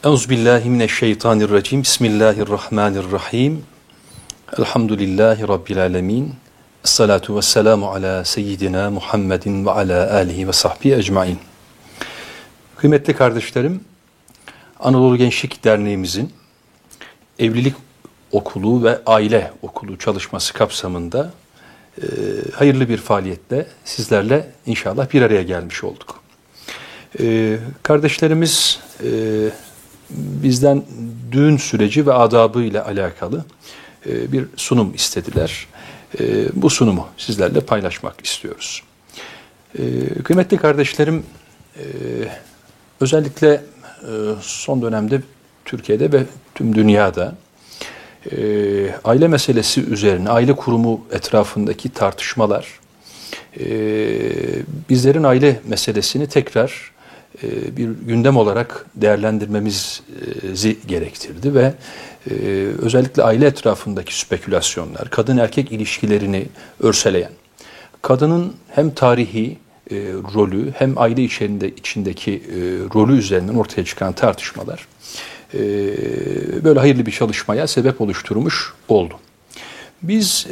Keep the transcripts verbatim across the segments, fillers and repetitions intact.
Euzubillahimineşşeytanirracim. Bismillahirrahmanirrahim. Elhamdülillahi Rabbil alemin. Esselatu vesselamu ala seyyidina Muhammedin ve ala alihi ve sahbihi ecmain. Kıymetli kardeşlerim, Anadolu Gençlik Derneğimizin evlilik okulu ve aile okulu çalışması kapsamında e, hayırlı bir faaliyette sizlerle inşallah bir araya gelmiş olduk. E, kardeşlerimiz e, bizden düğün süreci ve adabı ile alakalı e, bir sunum istediler. E, bu sunumu sizlerle paylaşmak istiyoruz. E, kıymetli kardeşlerim, e, özellikle e, son dönemde Türkiye'de ve tüm dünyada e, aile meselesi üzerine, aile kurumu etrafındaki tartışmalar e, bizlerin aile meselesini tekrar bir gündem olarak değerlendirmemizi gerektirdi ve özellikle aile etrafındaki spekülasyonlar, kadın erkek ilişkilerini örseleyen, kadının hem tarihi rolü hem aile içerisinde içindeki rolü üzerinden ortaya çıkan tartışmalar böyle hayırlı bir çalışmaya sebep oluşturmuş oldu. Biz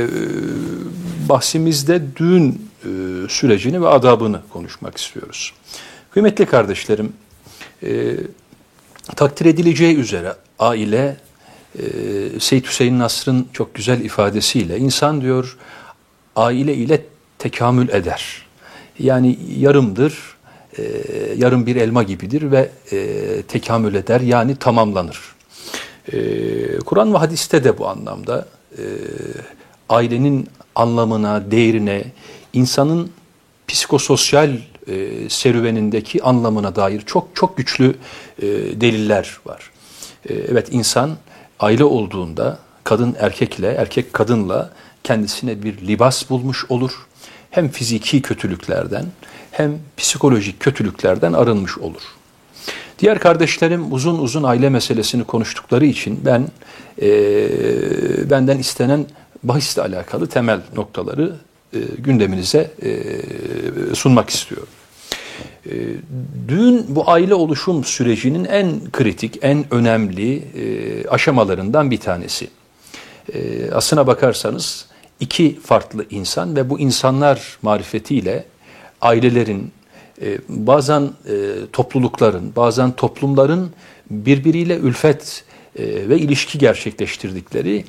bahsimizde düğün sürecini ve adabını konuşmak istiyoruz. Kıymetli kardeşlerim, e, takdir edileceği üzere aile, e, Seyyid Hüseyin Nasr'ın çok güzel ifadesiyle, insan diyor, aile ile tekamül eder. Yani yarımdır, e, yarım bir elma gibidir ve e, tekamül eder, yani tamamlanır. E, Kur'an ve hadiste de bu anlamda e, ailenin anlamına, değerine, insanın psikososyal E, serüvenindeki anlamına dair çok çok güçlü e, deliller var. E, evet, insan aile olduğunda kadın erkekle, erkek kadınla kendisine bir libas bulmuş olur. Hem fiziki kötülüklerden hem psikolojik kötülüklerden arınmış olur. Diğer kardeşlerim uzun uzun aile meselesini konuştukları için ben e, benden istenen bahisle alakalı temel noktaları E, gündeminize e, sunmak istiyorum. E, düğün bu aile oluşum sürecinin en kritik, en önemli e, aşamalarından bir tanesi. E, aslına bakarsanız iki farklı insan ve bu insanlar marifetiyle ailelerin, e, bazen e, toplulukların, bazen toplumların birbiriyle ülfet e, ve ilişki gerçekleştirdikleri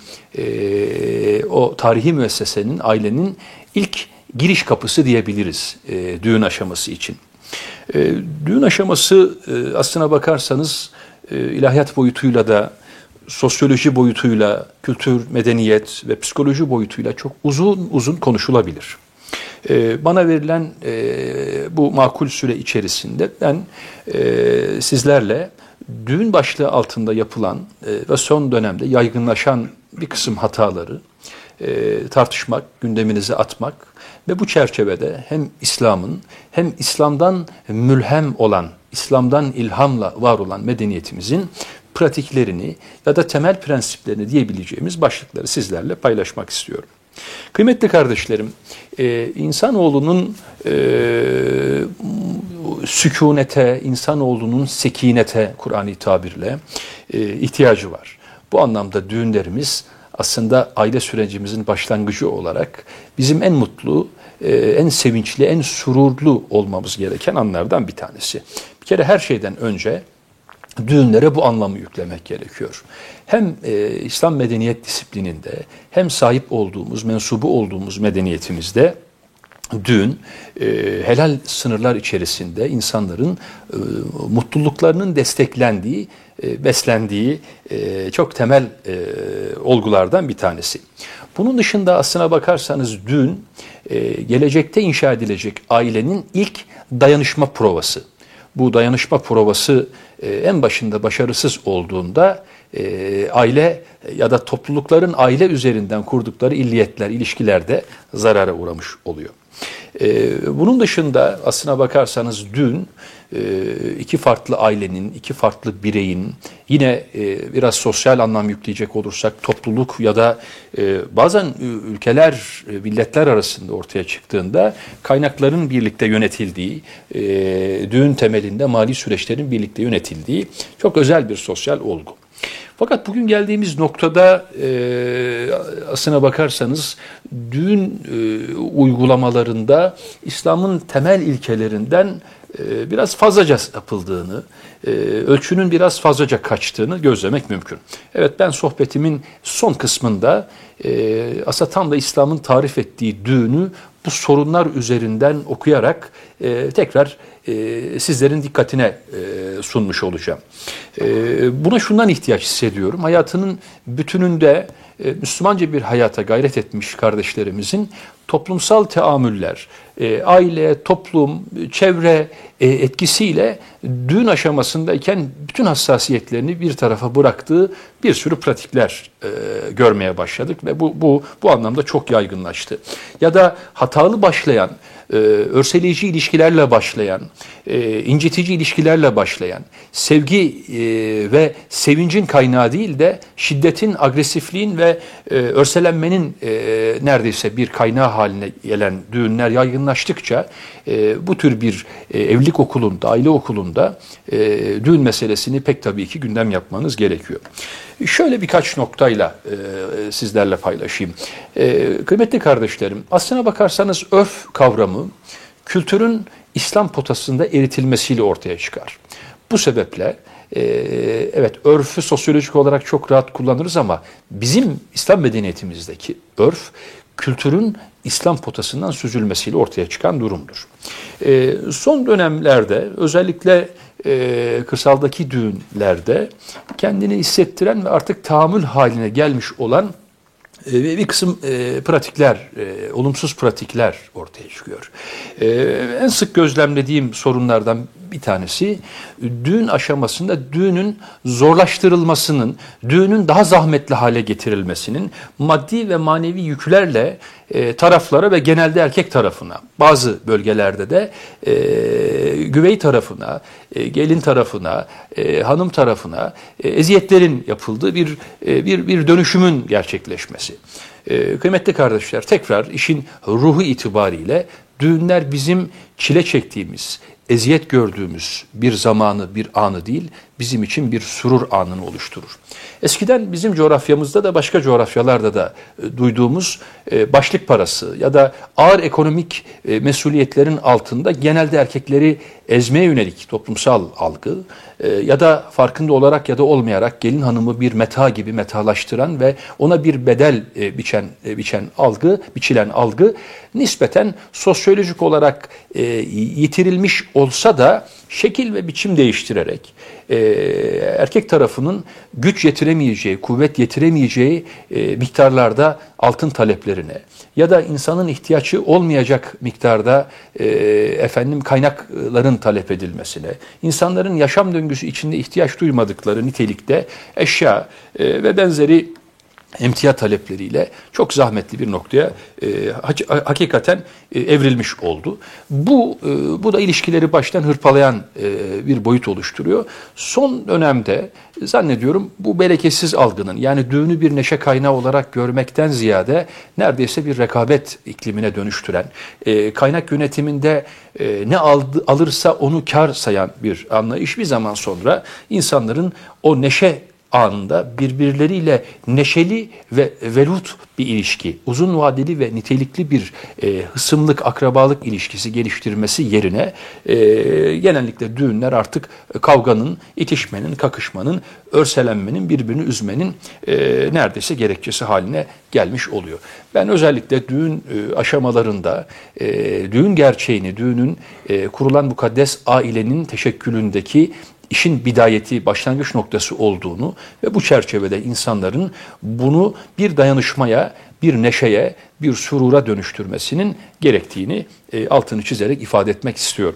e, o tarihi müessesenin, ailenin ilk giriş kapısı diyebiliriz e, düğün aşaması için. E, düğün aşaması e, aslına bakarsanız e, ilahiyat boyutuyla da, sosyoloji boyutuyla, kültür, medeniyet ve psikoloji boyutuyla çok uzun uzun konuşulabilir. E, bana verilen e, bu makul süre içerisinde ben e, sizlerle düğün başlığı altında yapılan e, ve son dönemde yaygınlaşan bir kısım hataları e, tartışmak, gündeminize atmak ve bu çerçevede hem İslam'ın hem İslam'dan mülhem olan, İslam'dan ilhamla var olan medeniyetimizin pratiklerini ya da temel prensiplerini diyebileceğimiz başlıkları sizlerle paylaşmak istiyorum. Kıymetli kardeşlerim, e, insanoğlunun e, sükunete, insanoğlunun sekinete, Kur'ani tabirle e, ihtiyacı var. Bu anlamda düğünlerimiz aslında aile sürecimizin başlangıcı olarak bizim en mutlu, e, en sevinçli, en sururlu olmamız gereken anlardan bir tanesi. Bir kere her şeyden önce düğünlere bu anlamı yüklemek gerekiyor. Hem e, İslam medeniyet disiplininde hem sahip olduğumuz, mensubu olduğumuz medeniyetimizde düğün e, helal sınırlar içerisinde insanların e, mutluluklarının desteklendiği, e, beslendiği e, çok temel e, olgulardan bir tanesi. Bunun dışında aslına bakarsanız düğün e, gelecekte inşa edilecek ailenin ilk dayanışma provası. Bu dayanışma provası e, en başında başarısız olduğunda e, aile ya da toplulukların aile üzerinden kurdukları illiyetler, ilişkilerde zarara uğramış oluyor. E, bunun dışında aslına bakarsanız düğün iki farklı ailenin, iki farklı bireyin, yine biraz sosyal anlam yükleyecek olursak topluluk ya da bazen ülkeler, milletler arasında ortaya çıktığında kaynakların birlikte yönetildiği, düğün temelinde mali süreçlerin birlikte yönetildiği çok özel bir sosyal olgu. Fakat bugün geldiğimiz noktada e, aslına bakarsanız düğün e, uygulamalarında İslam'ın temel ilkelerinden e, biraz fazlaca yapıldığını, e, ölçünün biraz fazlaca kaçtığını gözlemek mümkün. Evet, ben sohbetimin son kısmında e, aslında tam da İslam'ın tarif ettiği düğünü bu sorunlar üzerinden okuyarak e, tekrar e, sizlerin dikkatine e, sunmuş olacağım. E, buna şundan ihtiyaç hissediyorum. Hayatının bütününde e, Müslümanca bir hayata gayret etmiş kardeşlerimizin toplumsal teamüller, e, aile, toplum, çevre e, etkisiyle düğün aşamasındayken bütün hassasiyetlerini bir tarafa bıraktığı bir sürü pratikler e, görmeye başladık ve bu bu bu anlamda çok yaygınlaştı. Ya da hatalı başlayan, e, örseleyici ilişkilerle başlayan, e, incitici ilişkilerle başlayan, sevgi e, ve sevincin kaynağı değil de şiddetin, agresifliğin ve e, örselenmenin e, neredeyse bir kaynağı haline gelen düğünler yaygınlaştıkça e, bu tür bir e, evlilik okulunda, aile okulunda e, düğün meselesini pek tabii ki gündem yapmanız gerekiyor. Şöyle birkaç noktayla e, sizlerle paylaşayım. E, kıymetli kardeşlerim, aslına bakarsanız örf kavramı kültürün İslam potasında eritilmesiyle ortaya çıkar. Bu sebeple e, evet örfü sosyolojik olarak çok rahat kullanırız ama bizim İslam medeniyetimizdeki örf kültürün İslam potasından süzülmesiyle ortaya çıkan durumdur. E, son dönemlerde özellikle e, kırsaldaki düğünlerde kendini hissettiren ve artık tahammül haline gelmiş olan e, bir kısım e, pratikler, e, olumsuz pratikler ortaya çıkıyor. E, en sık gözlemlediğim sorunlardan bir tanesi düğün aşamasında düğünün zorlaştırılmasının, düğünün daha zahmetli hale getirilmesinin maddi ve manevi yüklerle e, taraflara ve genelde erkek tarafına, bazı bölgelerde de e, güvey tarafına, e, gelin tarafına, e, hanım tarafına e, eziyetlerin yapıldığı bir e, bir bir dönüşümün gerçekleşmesi. E, kıymetli kardeşler, tekrar işin ruhu itibariyle düğünler bizim çile çektiğimiz, eziyet gördüğümüz bir zamanı, bir anı değil, bizim için bir surur anını oluşturur. Eskiden bizim coğrafyamızda da başka coğrafyalarda da e, duyduğumuz e, başlık parası ya da ağır ekonomik e, mesuliyetlerin altında genelde erkekleri ezmeye yönelik toplumsal algı e, ya da farkında olarak ya da olmayarak gelin hanımı bir meta gibi metalaştıran ve ona bir bedel e, biçen e, biçen algı, biçilen algı nispeten sosyolojik olarak e, yitirilmiş olsa da şekil ve biçim değiştirerek e, erkek tarafının güç yetiremeyeceği, kuvvet yetiremeyeceği e, miktarlarda altın taleplerine ya da insanın ihtiyacı olmayacak miktarda e, efendim kaynakların talep edilmesine, insanların yaşam döngüsü içinde ihtiyaç duymadıkları nitelikte eşya e, ve benzeri emtia talepleriyle çok zahmetli bir noktaya e, hakikaten e, evrilmiş oldu. Bu e, bu da ilişkileri baştan hırpalayan e, bir boyut oluşturuyor. Son dönemde zannediyorum bu bereketsiz algının, yani düğünü bir neşe kaynağı olarak görmekten ziyade neredeyse bir rekabet iklimine dönüştüren, e, kaynak yönetiminde e, ne aldı, alırsa onu kar sayan bir anlayış bir zaman sonra insanların o neşe anında birbirleriyle neşeli ve velut bir ilişki, uzun vadeli ve nitelikli bir e, hısımlık, akrabalık ilişkisi geliştirmesi yerine e, genellikle düğünler artık kavganın, itişmenin, kakışmanın, örselenmenin, birbirini üzmenin e, neredeyse gerekçesi haline gelmiş oluyor. Ben özellikle düğün e, aşamalarında e, düğün gerçeğini, düğünün e, kurulan mukaddes ailenin teşekkülündeki işin bidayeti, başlangıç noktası olduğunu ve bu çerçevede insanların bunu bir dayanışmaya, bir neşeye, bir surura dönüştürmesinin gerektiğini e, altını çizerek ifade etmek istiyorum.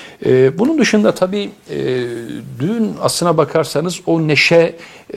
E, bunun dışında tabii e, düğün aslına bakarsanız o neşe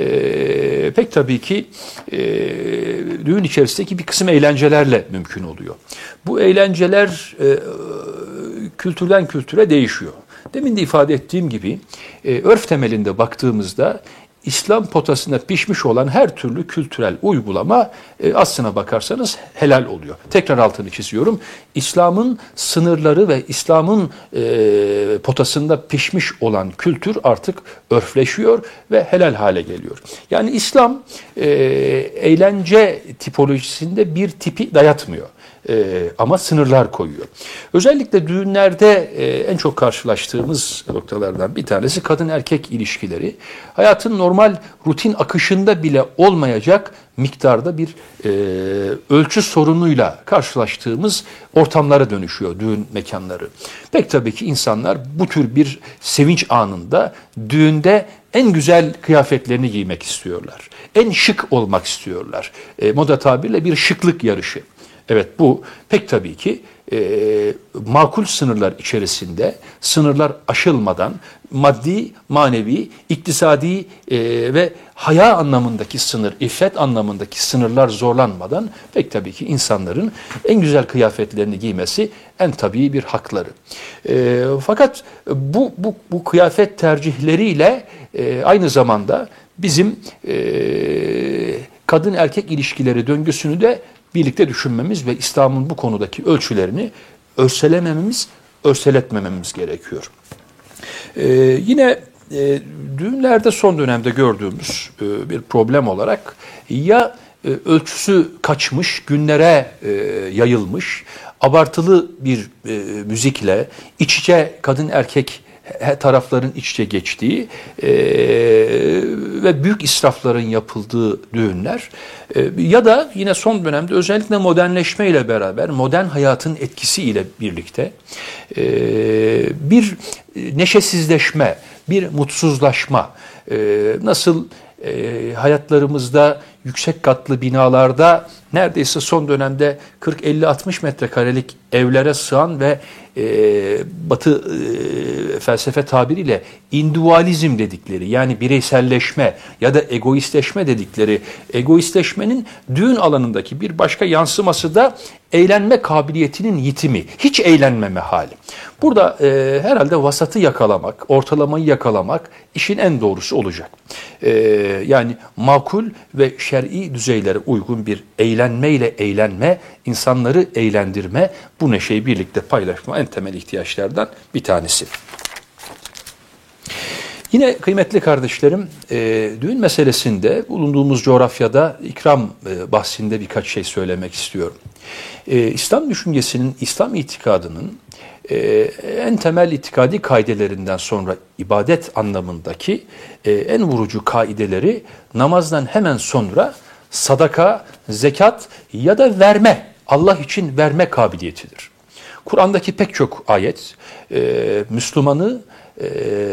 e, pek tabii ki e, düğün içerisindeki bir kısım eğlencelerle mümkün oluyor. Bu eğlenceler e, kültürden kültüre değişiyor. demin de ifade ettiğim gibi e, örf temelinde baktığımızda İslam potasında pişmiş olan her türlü kültürel uygulama e, aslına bakarsanız helal oluyor. Tekrar altını çiziyorum. İslam'ın sınırları ve İslam'ın e, potasında pişmiş olan kültür artık örfleşiyor ve helal hale geliyor. Yani İslam e, eğlence tipolojisinde bir tipi dayatmıyor. Ee, ama sınırlar koyuyor. Özellikle düğünlerde e, en çok karşılaştığımız noktalardan bir tanesi kadın erkek ilişkileri. Hayatın normal rutin akışında bile olmayacak miktarda bir e, ölçü sorunuyla karşılaştığımız ortamlara dönüşüyor düğün mekanları. Pek tabii ki insanlar bu tür bir sevinç anında düğünde en güzel kıyafetlerini giymek istiyorlar. En şık olmak istiyorlar. E, moda tabirle bir şıklık yarışı. Evet, bu pek tabii ki e, makul sınırlar içerisinde, sınırlar aşılmadan maddi, manevi, iktisadi e, ve haya anlamındaki sınır, iffet anlamındaki sınırlar zorlanmadan pek tabii ki insanların en güzel kıyafetlerini giymesi en tabii bir hakları. E, fakat bu, bu, bu kıyafet tercihleriyle e, aynı zamanda bizim e, kadın erkek ilişkileri döngüsünü de birlikte düşünmemiz ve İslam'ın bu konudaki ölçülerini örselemememiz, örseletmememiz gerekiyor. Ee, yine e, düğünlerde son dönemde gördüğümüz e, bir problem olarak ya e, ölçüsü kaçmış, günlere e, yayılmış, abartılı bir e, müzikle iç içe kadın erkek tarafların iç içe geçtiği e, ve büyük israfların yapıldığı düğünler e, ya da yine son dönemde özellikle modernleşme ile beraber modern hayatın etkisiyle birlikte e, bir neşesizleşme, bir mutsuzlaşma, e, nasıl e, hayatlarımızda yüksek katlı binalarda neredeyse son dönemde kırk elli altmış metrekarelik evlere sığan ve e, Batı e, felsefe tabiriyle individualizm dedikleri, yani bireyselleşme ya da egoistleşme dedikleri, egoistleşmenin düğün alanındaki bir başka yansıması da eğlenme kabiliyetinin yitimi, hiç eğlenmeme hali. Burada e, herhalde vasatı yakalamak, ortalamayı yakalamak işin en doğrusu olacak. E, yani makul ve şer'i düzeylere uygun bir eğlenmeyle eğlenme, insanları eğlendirme, bu neşeyi birlikte paylaşma en temel ihtiyaçlardan bir tanesi. Yine kıymetli kardeşlerim, e, düğün meselesinde bulunduğumuz coğrafyada ikram e, bahsinde birkaç şey söylemek istiyorum. E, İslam düşüncesinin, İslam itikadının e, en temel itikadi kaidelerinden sonra ibadet anlamındaki e, en vurucu kaideleri namazdan hemen sonra sadaka, zekat ya da verme, Allah için verme kabiliyetidir. Kur'an'daki pek çok ayet e, Müslümanı e,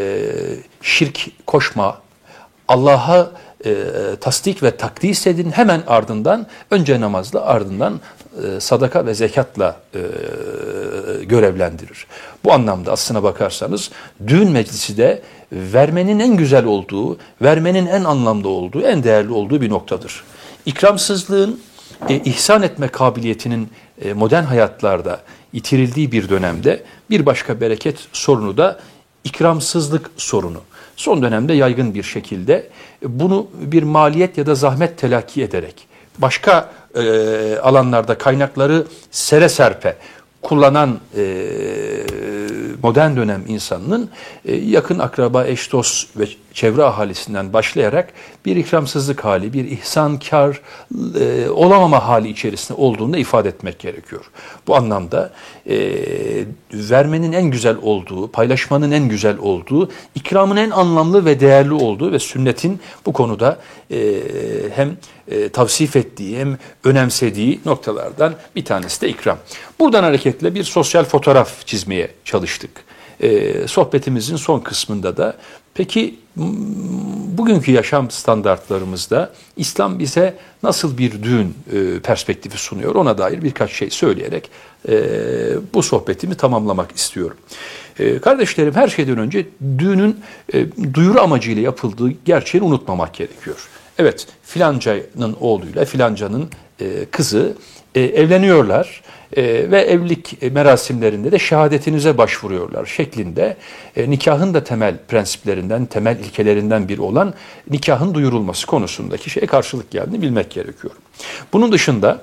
şirk koşma, Allah'a e, tasdik ve takdis edin, hemen ardından önce namazla ardından e, sadaka ve zekatla e, görevlendirir. Bu anlamda aslına bakarsanız düğün meclisi de vermenin en güzel olduğu, vermenin en anlamlı olduğu, en değerli olduğu bir noktadır. İkramsızlığın, e, ihsan etme kabiliyetinin e, modern hayatlarda itirildiği bir dönemde bir başka bereket sorunu da ikramsızlık sorunu. Son dönemde yaygın bir şekilde bunu bir maliyet ya da zahmet telakki ederek başka e, alanlarda kaynakları sere serpe kullanan e, modern dönem insanının e, yakın akraba, eş, dost ve çevre ahalisinden başlayarak bir ikramsızlık hali, bir ihsankar e, olamama hali içerisinde olduğunu da ifade etmek gerekiyor. Bu anlamda e, vermenin en güzel olduğu, paylaşmanın en güzel olduğu, ikramın en anlamlı ve değerli olduğu ve sünnetin bu konuda e, hem e, tavsif ettiği hem önemsediği noktalardan bir tanesi de ikram. Buradan hareketle bir sosyal fotoğraf çizmeye çalıştık. E, sohbetimizin son kısmında da peki bugünkü yaşam standartlarımızda İslam bize nasıl bir düğün e, perspektifi sunuyor, ona dair birkaç şey söyleyerek e, bu sohbetimi tamamlamak istiyorum. E, kardeşlerim, her şeyden önce düğünün e, duyuru amacıyla yapıldığı gerçeğini unutmamak gerekiyor. Evet, filancanın oğluyla filancanın e, kızı e, evleniyorlar e, ve evlilik merasimlerinde de şehadetinize başvuruyorlar şeklinde e, nikahın da temel prensiplerinden, temel ilkelerinden biri olan nikahın duyurulması konusundaki şeye karşılık geldiğini bilmek gerekiyor. Bunun dışında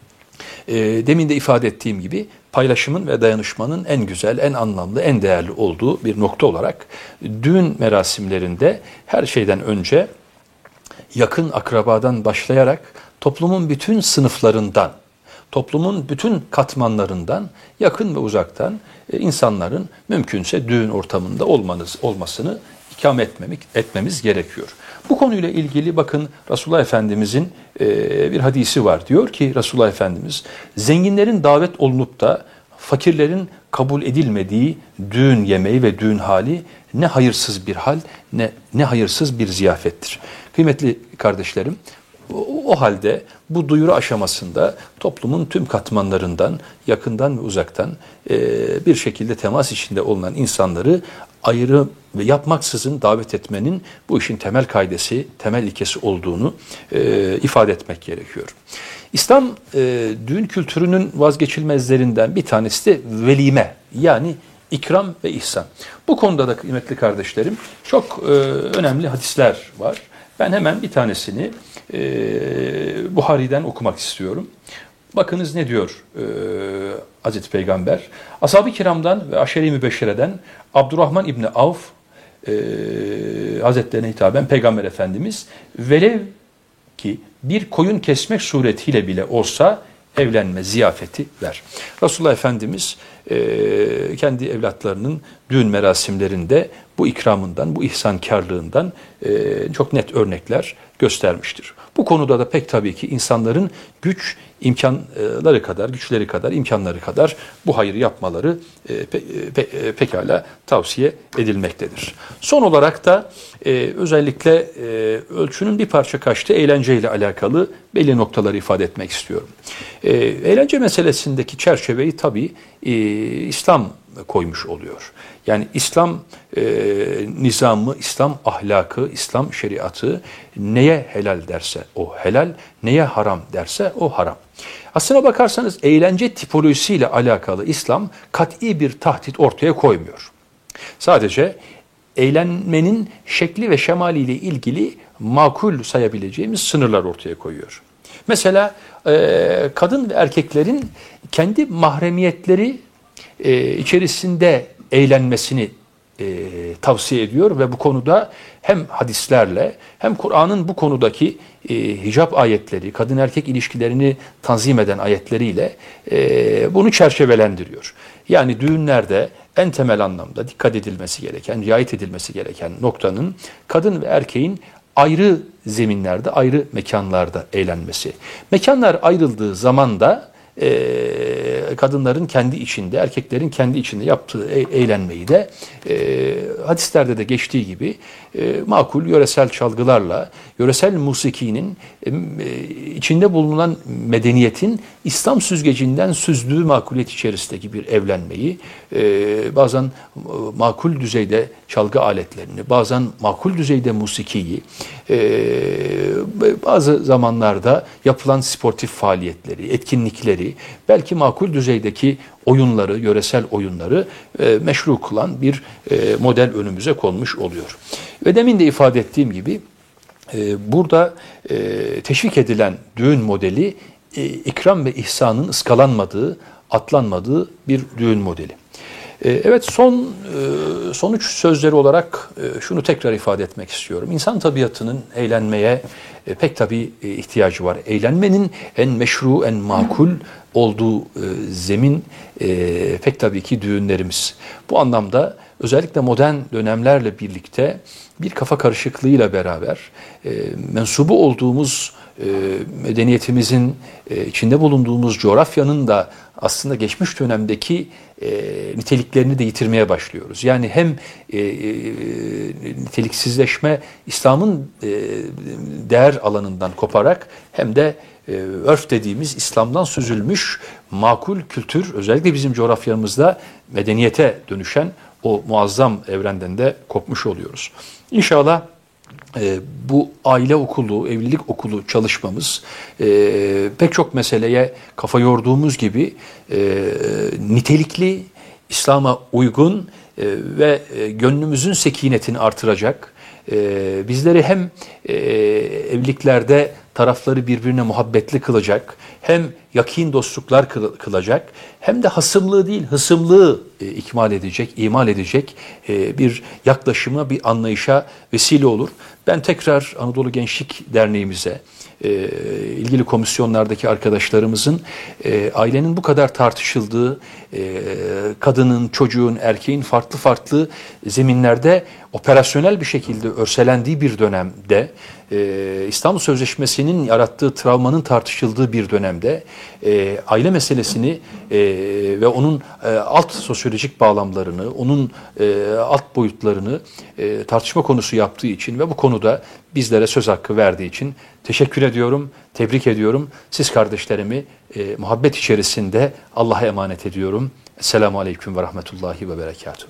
e, demin de ifade ettiğim gibi paylaşımın ve dayanışmanın en güzel, en anlamlı, en değerli olduğu bir nokta olarak düğün merasimlerinde her şeyden önce yakın akrabadan başlayarak toplumun bütün sınıflarından, toplumun bütün katmanlarından, yakın ve uzaktan e, insanların mümkünse düğün ortamında olmanız, olmasını ikame etmemek, etmemiz gerekiyor. Bu konuyla ilgili bakın Resulullah Efendimizin e, bir hadisi var. Diyor ki Resulullah Efendimiz, zenginlerin davet olunup da fakirlerin kabul edilmediği düğün yemeği ve düğün hali ne hayırsız bir hal, ne, ne hayırsız bir ziyafettir. Kıymetli kardeşlerim, o, o halde bu duyuru aşamasında toplumun tüm katmanlarından, yakından ve uzaktan e, bir şekilde temas içinde olunan insanları ayrı ve yapmaksızın davet etmenin bu işin temel kaidesi, temel ilkesi olduğunu e, ifade etmek gerekiyor. İslam e, düğün kültürünün vazgeçilmezlerinden bir tanesi de velime, yani ikram ve ihsan. Bu konuda da kıymetli kardeşlerim çok e, önemli hadisler var. Ben hemen bir tanesini e, Buhari'den okumak istiyorum. Bakınız ne diyor e, Hazreti Peygamber. Ashab-ı kiramdan ve aşere-i mübeşşereden Abdurrahman İbni Avf e, Hazretlerine hitaben Peygamber Efendimiz velev ki bir koyun kesmek suretiyle bile olsa evlenme ziyafeti ver. Resulullah Efendimiz e, kendi evlatlarının düğün merasimlerinde bu ikramından, bu ihsankarlığından e, çok net örnekler göstermiştir. Bu konuda da pek tabii ki insanların güç imkanları kadar, güçleri kadar, imkanları kadar bu hayrı yapmaları e, pe, pe, pekala tavsiye edilmektedir. Son olarak da e, özellikle e, ölçünün bir parça kaçtığı eğlenceyle alakalı belli noktaları ifade etmek istiyorum. E, eğlence meselesindeki çerçeveyi tabii e, İslam koymuş oluyor. Yani İslam e, nizamı, İslam ahlakı, İslam şeriatı neye helal derse o helal, neye haram derse o haram. Aslına bakarsanız eğlence tipolojisiyle alakalı İslam kat'i bir tahdit ortaya koymuyor. Sadece eğlenmenin şekli ve şemaliyle ilgili makul sayabileceğimiz sınırlar ortaya koyuyor. Mesela e, kadın ve erkeklerin kendi mahremiyetleri e, içerisinde eğlenmesini e, tavsiye ediyor ve bu konuda hem hadislerle hem Kur'an'ın bu konudaki e, hicap ayetleri, kadın erkek ilişkilerini tanzim eden ayetleriyle e, bunu çerçevelendiriyor. Yani düğünlerde en temel anlamda dikkat edilmesi gereken, riayet edilmesi gereken noktanın kadın ve erkeğin ayrı zeminlerde, ayrı mekanlarda eğlenmesi. Mekanlar ayrıldığı zaman da e, kadınların kendi içinde, erkeklerin kendi içinde yaptığı e eğlenmeyi de e, hadislerde de geçtiği gibi e, makul yöresel çalgılarla, yöresel musikinin e, içinde bulunan medeniyetin İslam süzgecinden süzdüğü makuliyet içerisindeki bir evlenmeyi, e, bazen makul düzeyde çalgı aletlerini, bazen makul düzeyde musikiyi, e, bazı zamanlarda yapılan sportif faaliyetleri, etkinlikleri, belki makul düzeydeki oyunları, yöresel oyunları e, meşru kılan bir e, model önümüze konmuş oluyor. Ve demin de ifade ettiğim gibi e, burada e, teşvik edilen düğün modeli e, ikram ve ihsanın ıskalanmadığı, atlanmadığı bir düğün modeli. E, evet son e, sonuç sözleri olarak e, şunu tekrar ifade etmek istiyorum. İnsan tabiatının eğlenmeye e, pek tabii e, ihtiyacı var. Eğlenmenin en meşru, en makul olduğu e, zemin e, pek tabii ki düğünlerimiz. Bu anlamda özellikle modern dönemlerle birlikte bir kafa karışıklığıyla beraber e, mensubu olduğumuz e, medeniyetimizin e, içinde bulunduğumuz coğrafyanın da aslında geçmiş dönemdeki e, niteliklerini de yitirmeye başlıyoruz. Yani hem e, e, niteliksizleşme İslam'ın e, değer alanından koparak hem de e, örf dediğimiz İslam'dan süzülmüş makul kültür, özellikle bizim coğrafyamızda medeniyete dönüşen o muazzam evrenden de kopmuş oluyoruz. İnşallah e, bu aile okulu, evlilik okulu çalışmamız e, pek çok meseleye kafa yorduğumuz gibi e, nitelikli, İslam'a uygun e, ve e, gönlümüzün sekinetini artıracak, e, bizleri hem e, evliliklerde tarafları birbirine muhabbetli kılacak, hem yakin dostluklar kılacak, hem de hasımlığı değil, hısımlığı e, ikmal edecek, imal edecek e, bir yaklaşıma, bir anlayışa vesile olur. Ben tekrar Anadolu Gençlik Derneğimize, e, ilgili komisyonlardaki arkadaşlarımızın e, ailenin bu kadar tartışıldığı, e, kadının, çocuğun, erkeğin farklı farklı zeminlerde operasyonel bir şekilde örselendiği bir dönemde, e, İstanbul Sözleşmesi'nin yarattığı travmanın tartışıldığı bir dönemde e, aile meselesini e, ve onun e, alt sosyolojik bağlamlarını, onun e, alt boyutlarını e, tartışma konusu yaptığı için ve bu konuda bizlere söz hakkı verdiği için teşekkür ediyorum, tebrik ediyorum. Siz kardeşlerimi e, muhabbet içerisinde Allah'a emanet ediyorum. Esselamu Aleyküm ve Rahmetullahi ve Berekatuhu.